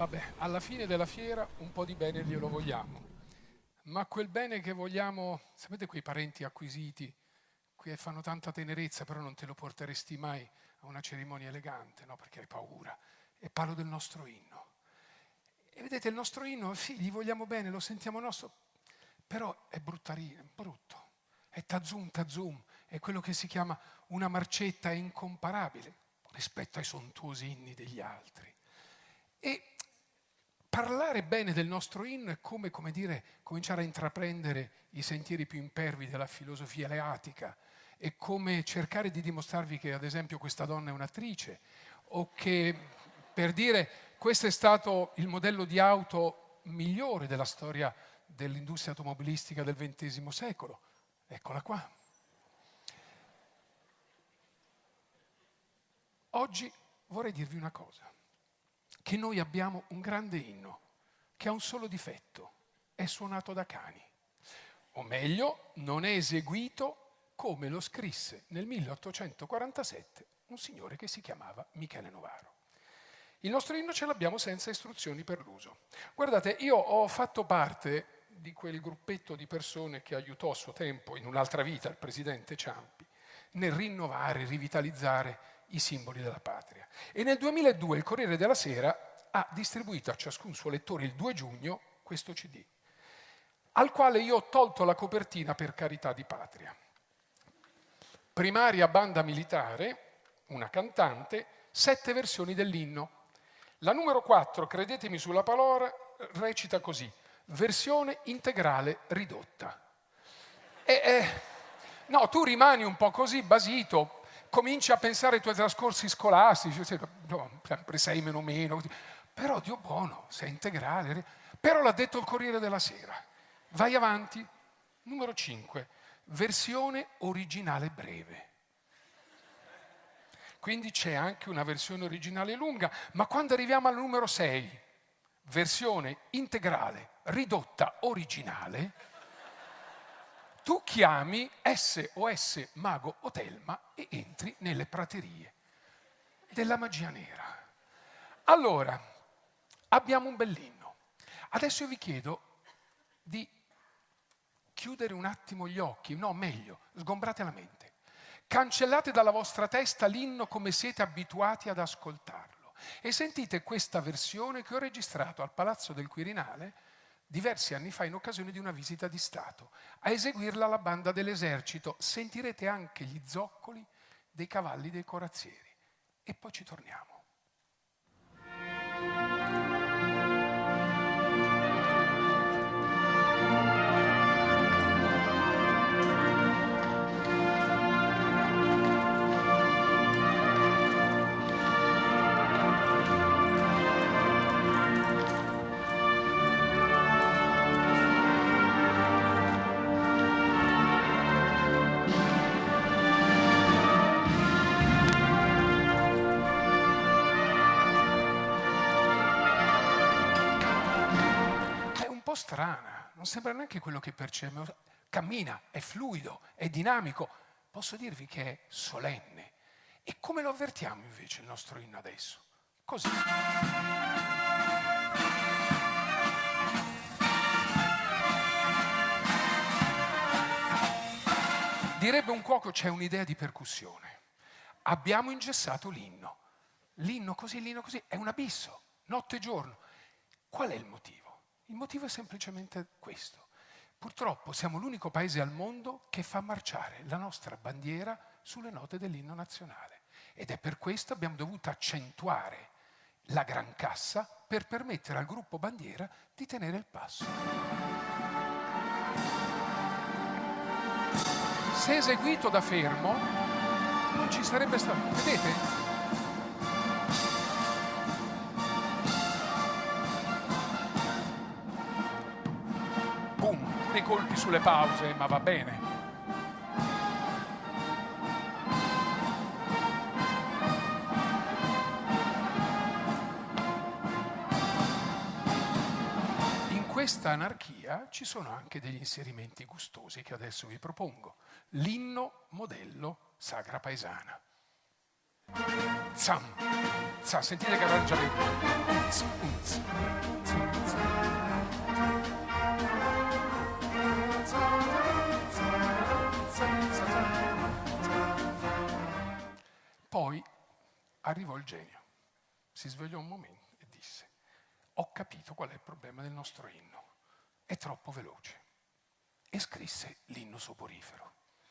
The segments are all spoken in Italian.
Vabbè, alla fine della fiera un po' di bene glielo vogliamo, ma quel bene che vogliamo, sapete quei parenti acquisiti, che fanno tanta tenerezza, però non te lo porteresti mai a una cerimonia elegante, no? Perché hai paura. E parlo del nostro inno. E vedete, il nostro inno, sì, gli vogliamo bene, lo sentiamo nostro, però è bruttarino, è brutto. È tazum tazum, è quello che si chiama una marcetta incomparabile rispetto ai sontuosi inni degli altri. E parlare bene del nostro inno è come dire, cominciare a intraprendere i sentieri più impervi della filosofia eleatica. È come cercare di dimostrarvi che, ad esempio, questa donna è un'attrice, o che, per dire, questo è stato il modello di auto migliore della storia dell'industria automobilistica del XX secolo. Eccola qua. Oggi vorrei dirvi una cosa, che noi abbiamo un grande inno, che ha un solo difetto, è suonato da cani. O meglio, non è eseguito come lo scrisse nel 1847 un signore che si chiamava Michele Novaro. Il nostro inno ce l'abbiamo senza istruzioni per l'uso. Guardate, io ho fatto parte di quel gruppetto di persone che aiutò a suo tempo, in un'altra vita, il presidente Ciampi, nel rinnovare, rivitalizzare i simboli della patria. E nel 2002 il Corriere della Sera ha distribuito a ciascun suo lettore il 2 giugno questo CD, al quale io ho tolto la copertina per carità di patria. Primaria banda militare, una cantante, 7 versioni dell'inno. La numero 4, credetemi sulla parola, recita così: versione integrale ridotta. No, tu rimani un po' così basito, cominci a pensare ai tuoi trascorsi scolastici, no, sempre 6 meno meno, però Dio buono, sei integrale. Però l'ha detto il Corriere della Sera. Vai avanti. Numero 5, versione originale breve. Quindi c'è anche una versione originale lunga, ma quando arriviamo al numero 6, versione integrale, ridotta, originale, tu chiami SOS Mago o Telma e entri nelle praterie della magia nera. Allora, abbiamo un bell'inno. Adesso io vi chiedo di chiudere un attimo gli occhi, no, meglio, sgombrate la mente. Cancellate dalla vostra testa l'inno come siete abituati ad ascoltarlo e sentite questa versione che ho registrato al Palazzo del Quirinale diversi anni fa in occasione di una visita di Stato. A eseguirla la banda dell'esercito. Sentirete anche gli zoccoli dei cavalli dei corazzieri. E poi ci torniamo. È un po' strana, non sembra neanche quello che percepiamo. Cammina, è fluido, è dinamico. Posso dirvi che è solenne. E come lo avvertiamo invece il nostro inno adesso? Così. Direbbe un cuoco, c'è un'idea di percussione. Abbiamo ingessato l'inno. L'inno così, è un abisso, notte e giorno. Qual è il motivo? Il motivo è semplicemente questo. Purtroppo siamo l'unico paese al mondo che fa marciare la nostra bandiera sulle note dell'inno nazionale. Ed è per questo che abbiamo dovuto accentuare la gran cassa per permettere al gruppo bandiera di tenere il passo. Se eseguito da fermo, non ci sarebbe stato. Vedete? Boom, pure i colpi sulle pause, ma va bene. In questa anarchia ci sono anche degli inserimenti gustosi che adesso vi propongo. L'inno modello Sagra Paesana. Zam, za, sentite che arrangiamento. Unz, unz, unz, Poi arrivò il genio, si svegliò un momento e disse: ho capito qual è il problema del nostro inno, è troppo veloce. E scrisse l'inno soporifero.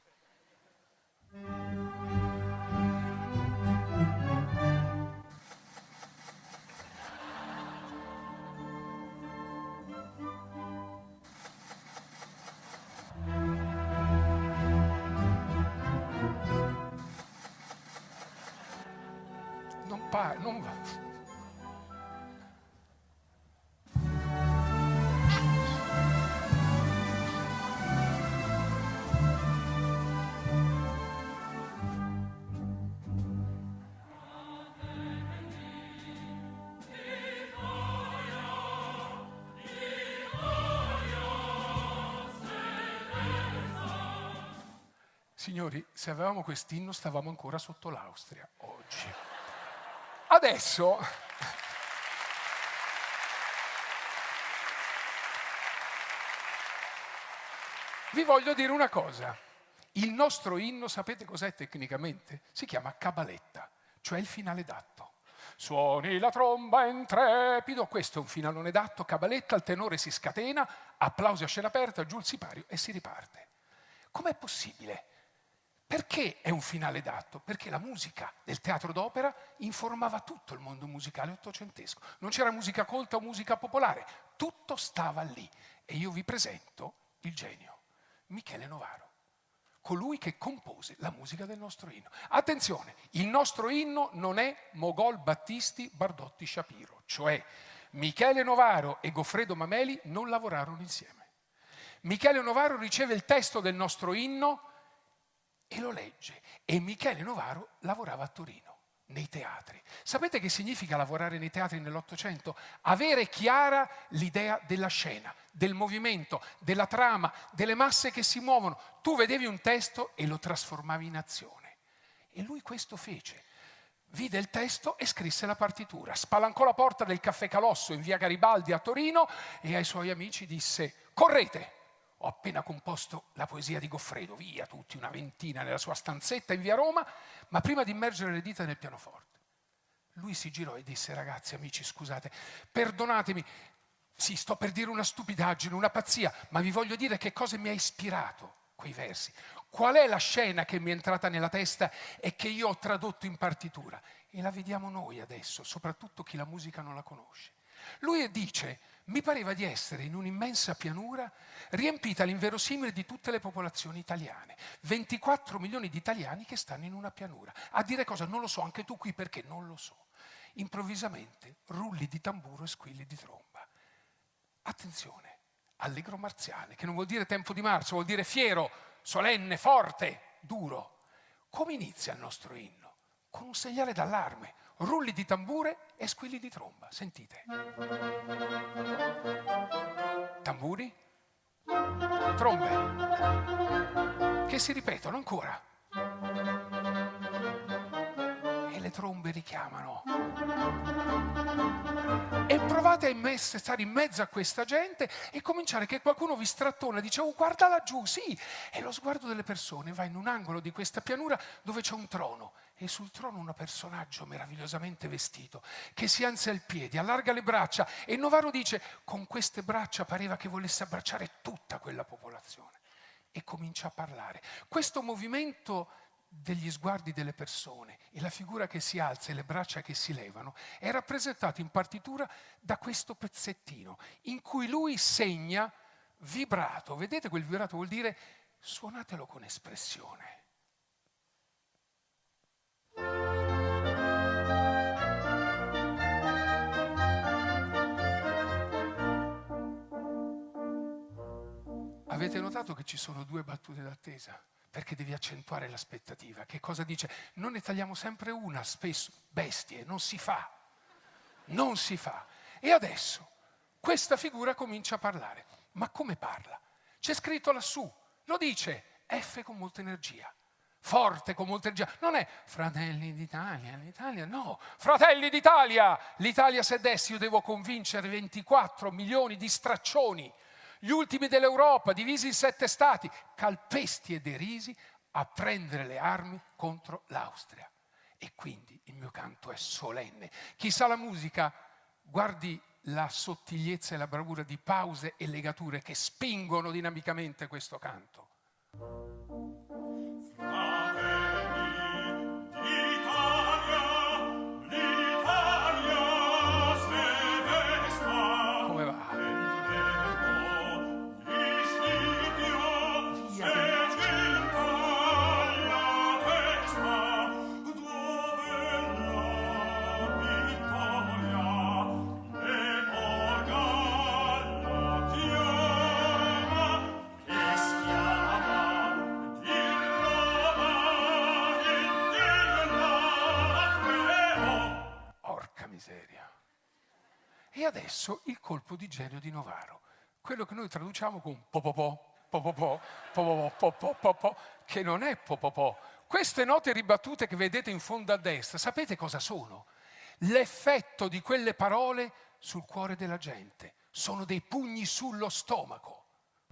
Non va. Signori, se avevamo quest'inno stavamo ancora sotto l'Austria oggi. Adesso vi voglio dire una cosa. Il nostro inno, sapete cos'è tecnicamente? Si chiama cabaletta, cioè il finale d'atto. Suoni la tromba intrepido, questo è un finalone d'atto, cabaletta, il tenore si scatena, applausi a scena aperta, giù il sipario e si riparte. Com'è possibile? Perché è un finale d'atto? Perché la musica del teatro d'opera informava tutto il mondo musicale ottocentesco. Non c'era musica colta o musica popolare, tutto stava lì. E io vi presento il genio, Michele Novaro, colui che compose la musica del nostro inno. Attenzione, il nostro inno non è Mogol, Battisti, Bardotti, Shapiro, cioè Michele Novaro e Goffredo Mameli non lavorarono insieme. Michele Novaro riceve il testo del nostro inno e lo legge. E Michele Novaro lavorava a Torino, nei teatri. Sapete che significa lavorare nei teatri nell'Ottocento? Avere chiara l'idea della scena, del movimento, della trama, delle masse che si muovono. Tu vedevi un testo e lo trasformavi in azione. E lui questo fece. Vide il testo e scrisse la partitura. Spalancò la porta del Caffè Calosso in via Garibaldi a Torino e ai suoi amici disse: correte! Ho appena composto la poesia di Goffredo, via tutti, una ventina nella sua stanzetta in via Roma, ma prima di immergere le dita nel pianoforte. Lui si girò e disse: ragazzi, amici, scusate, perdonatemi, sì, sto per dire una stupidaggine, una pazzia, ma vi voglio dire che cosa mi ha ispirato quei versi. Qual è la scena che mi è entrata nella testa e che io ho tradotto in partitura? E la vediamo noi adesso, soprattutto chi la musica non la conosce. Lui dice: mi pareva di essere in un'immensa pianura riempita all'inverosimile di tutte le popolazioni italiane. 24 milioni di italiani che stanno in una pianura. A dire cosa? Non lo so, anche tu qui perché non lo so. Improvvisamente rulli di tamburo e squilli di tromba. Attenzione, allegro marziale, che non vuol dire tempo di marcia, vuol dire fiero, solenne, forte, duro. Come inizia il nostro inno? Con un segnale d'allarme, rulli di tambure e squilli di tromba. Sentite. Tamburi, trombe, che si ripetono ancora. E le trombe richiamano. E provate a stare in mezzo a questa gente e cominciare che qualcuno vi strattona e dice: oh, guarda laggiù, sì. E lo sguardo delle persone va in un angolo di questa pianura dove c'è un trono. E sul trono un personaggio meravigliosamente vestito che si alza il piede, allarga le braccia e Novaro dice: con queste braccia pareva che volesse abbracciare tutta quella popolazione. E comincia a parlare. Questo movimento degli sguardi delle persone e la figura che si alza e le braccia che si levano è rappresentato in partitura da questo pezzettino in cui lui segna vibrato. Vedete, quel vibrato vuol dire suonatelo con espressione. Avete notato che ci sono 2 battute d'attesa? Perché devi accentuare l'aspettativa. Che cosa dice? Non ne tagliamo sempre una, spesso. Bestie, non si fa. Non si fa. E adesso questa figura comincia a parlare. Ma come parla? C'è scritto lassù, lo dice, F con molta energia. forte con molta energia. Non è Fratelli d'Italia, l'Italia, no, Fratelli d'Italia, l'Italia se dessi io devo convincere 24 milioni di straccioni, gli ultimi dell'Europa, divisi in 7 stati, calpesti e derisi, a prendere le armi contro l'Austria. E quindi il mio canto è solenne. Chi sa la musica, guardi la sottigliezza e la bravura di pause e legature che spingono dinamicamente questo canto. Come va? E adesso il colpo di genio di Novaro, quello che noi traduciamo con popopò, popopò, popopò, popopò, che non è popopò. Queste note ribattute che vedete in fondo a destra, sapete cosa sono? L'effetto di quelle parole sul cuore della gente. Sono dei pugni sullo stomaco.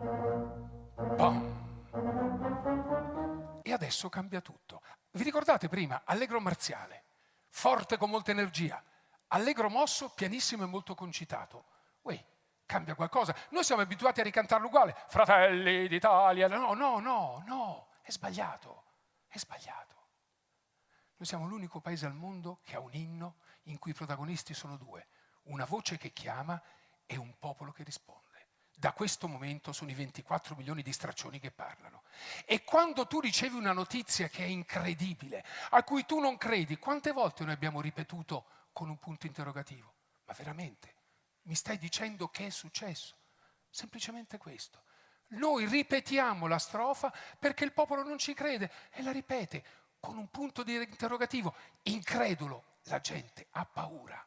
Pam. E adesso cambia tutto. Vi ricordate prima? Allegro marziale, forte con molta energia. Allegro mosso, pianissimo e molto concitato. Uè, cambia qualcosa. Noi siamo abituati a ricantarlo uguale. Fratelli d'Italia. No, è sbagliato. È sbagliato. Noi siamo l'unico paese al mondo che ha un inno in cui i protagonisti sono 2. Una voce che chiama e un popolo che risponde. Da questo momento sono i 24 milioni di straccioni che parlano. E quando tu ricevi una notizia che è incredibile, a cui tu non credi, quante volte noi abbiamo ripetuto con un punto interrogativo? Ma veramente? Mi stai dicendo che è successo? Semplicemente questo. Noi ripetiamo la strofa perché il popolo non ci crede e la ripete con un punto di interrogativo. Incredulo, la gente ha paura.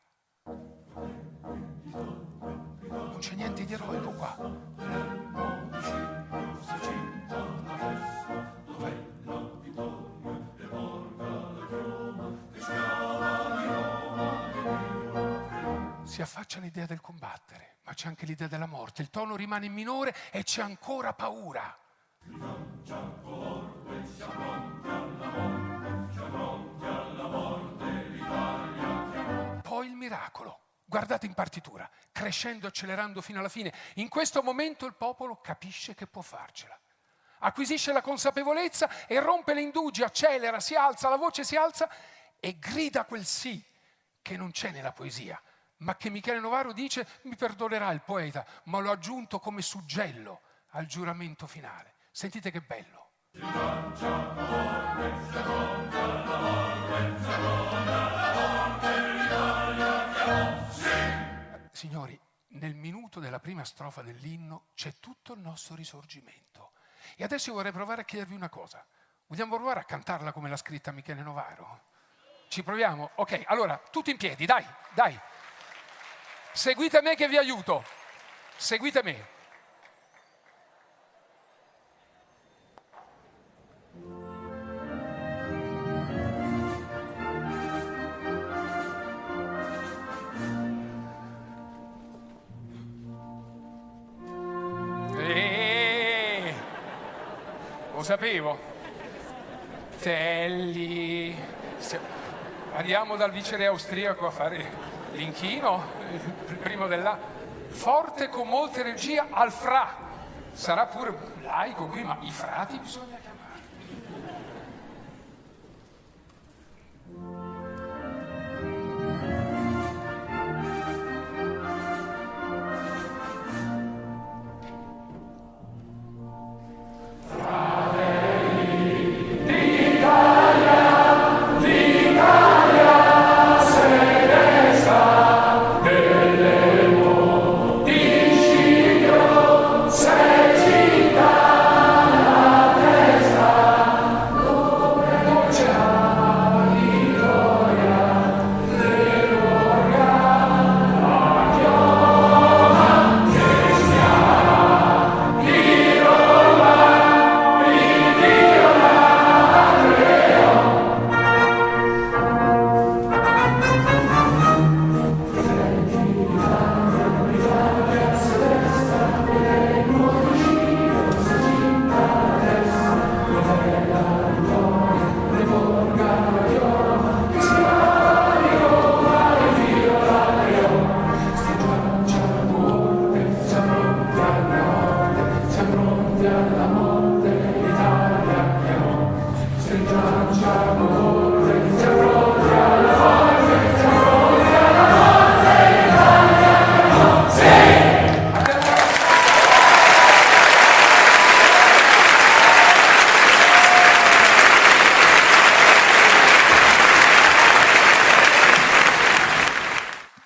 Non c'è niente di eroico qua. Si affaccia l'idea del combattere, ma c'è anche l'idea della morte. Il tono rimane in minore e c'è ancora paura. Poi il miracolo. Guardate in partitura, crescendo, accelerando fino alla fine. In questo momento il popolo capisce che può farcela. Acquisisce la consapevolezza e rompe le indugie, accelera, si alza, la voce si alza e grida quel sì che non c'è nella poesia, ma che Michele Novaro dice, mi perdonerà il poeta, ma l'ho aggiunto come suggello al giuramento finale. Sentite che bello. Signori, nel minuto della prima strofa dell'inno c'è tutto il nostro risorgimento. E adesso io vorrei provare a chiedervi una cosa. Vogliamo provare a cantarla come l'ha scritta Michele Novaro? Ci proviamo? Ok, allora, tutti in piedi, dai. Seguite me che vi aiuto. Seguite me. Lo sapevo. Telli. Andiamo dal viceré austriaco a fare l'inchino, il primo della. Forte con molta energia al fra. Sarà pure laico qui, ma i frati bisogna chiamare.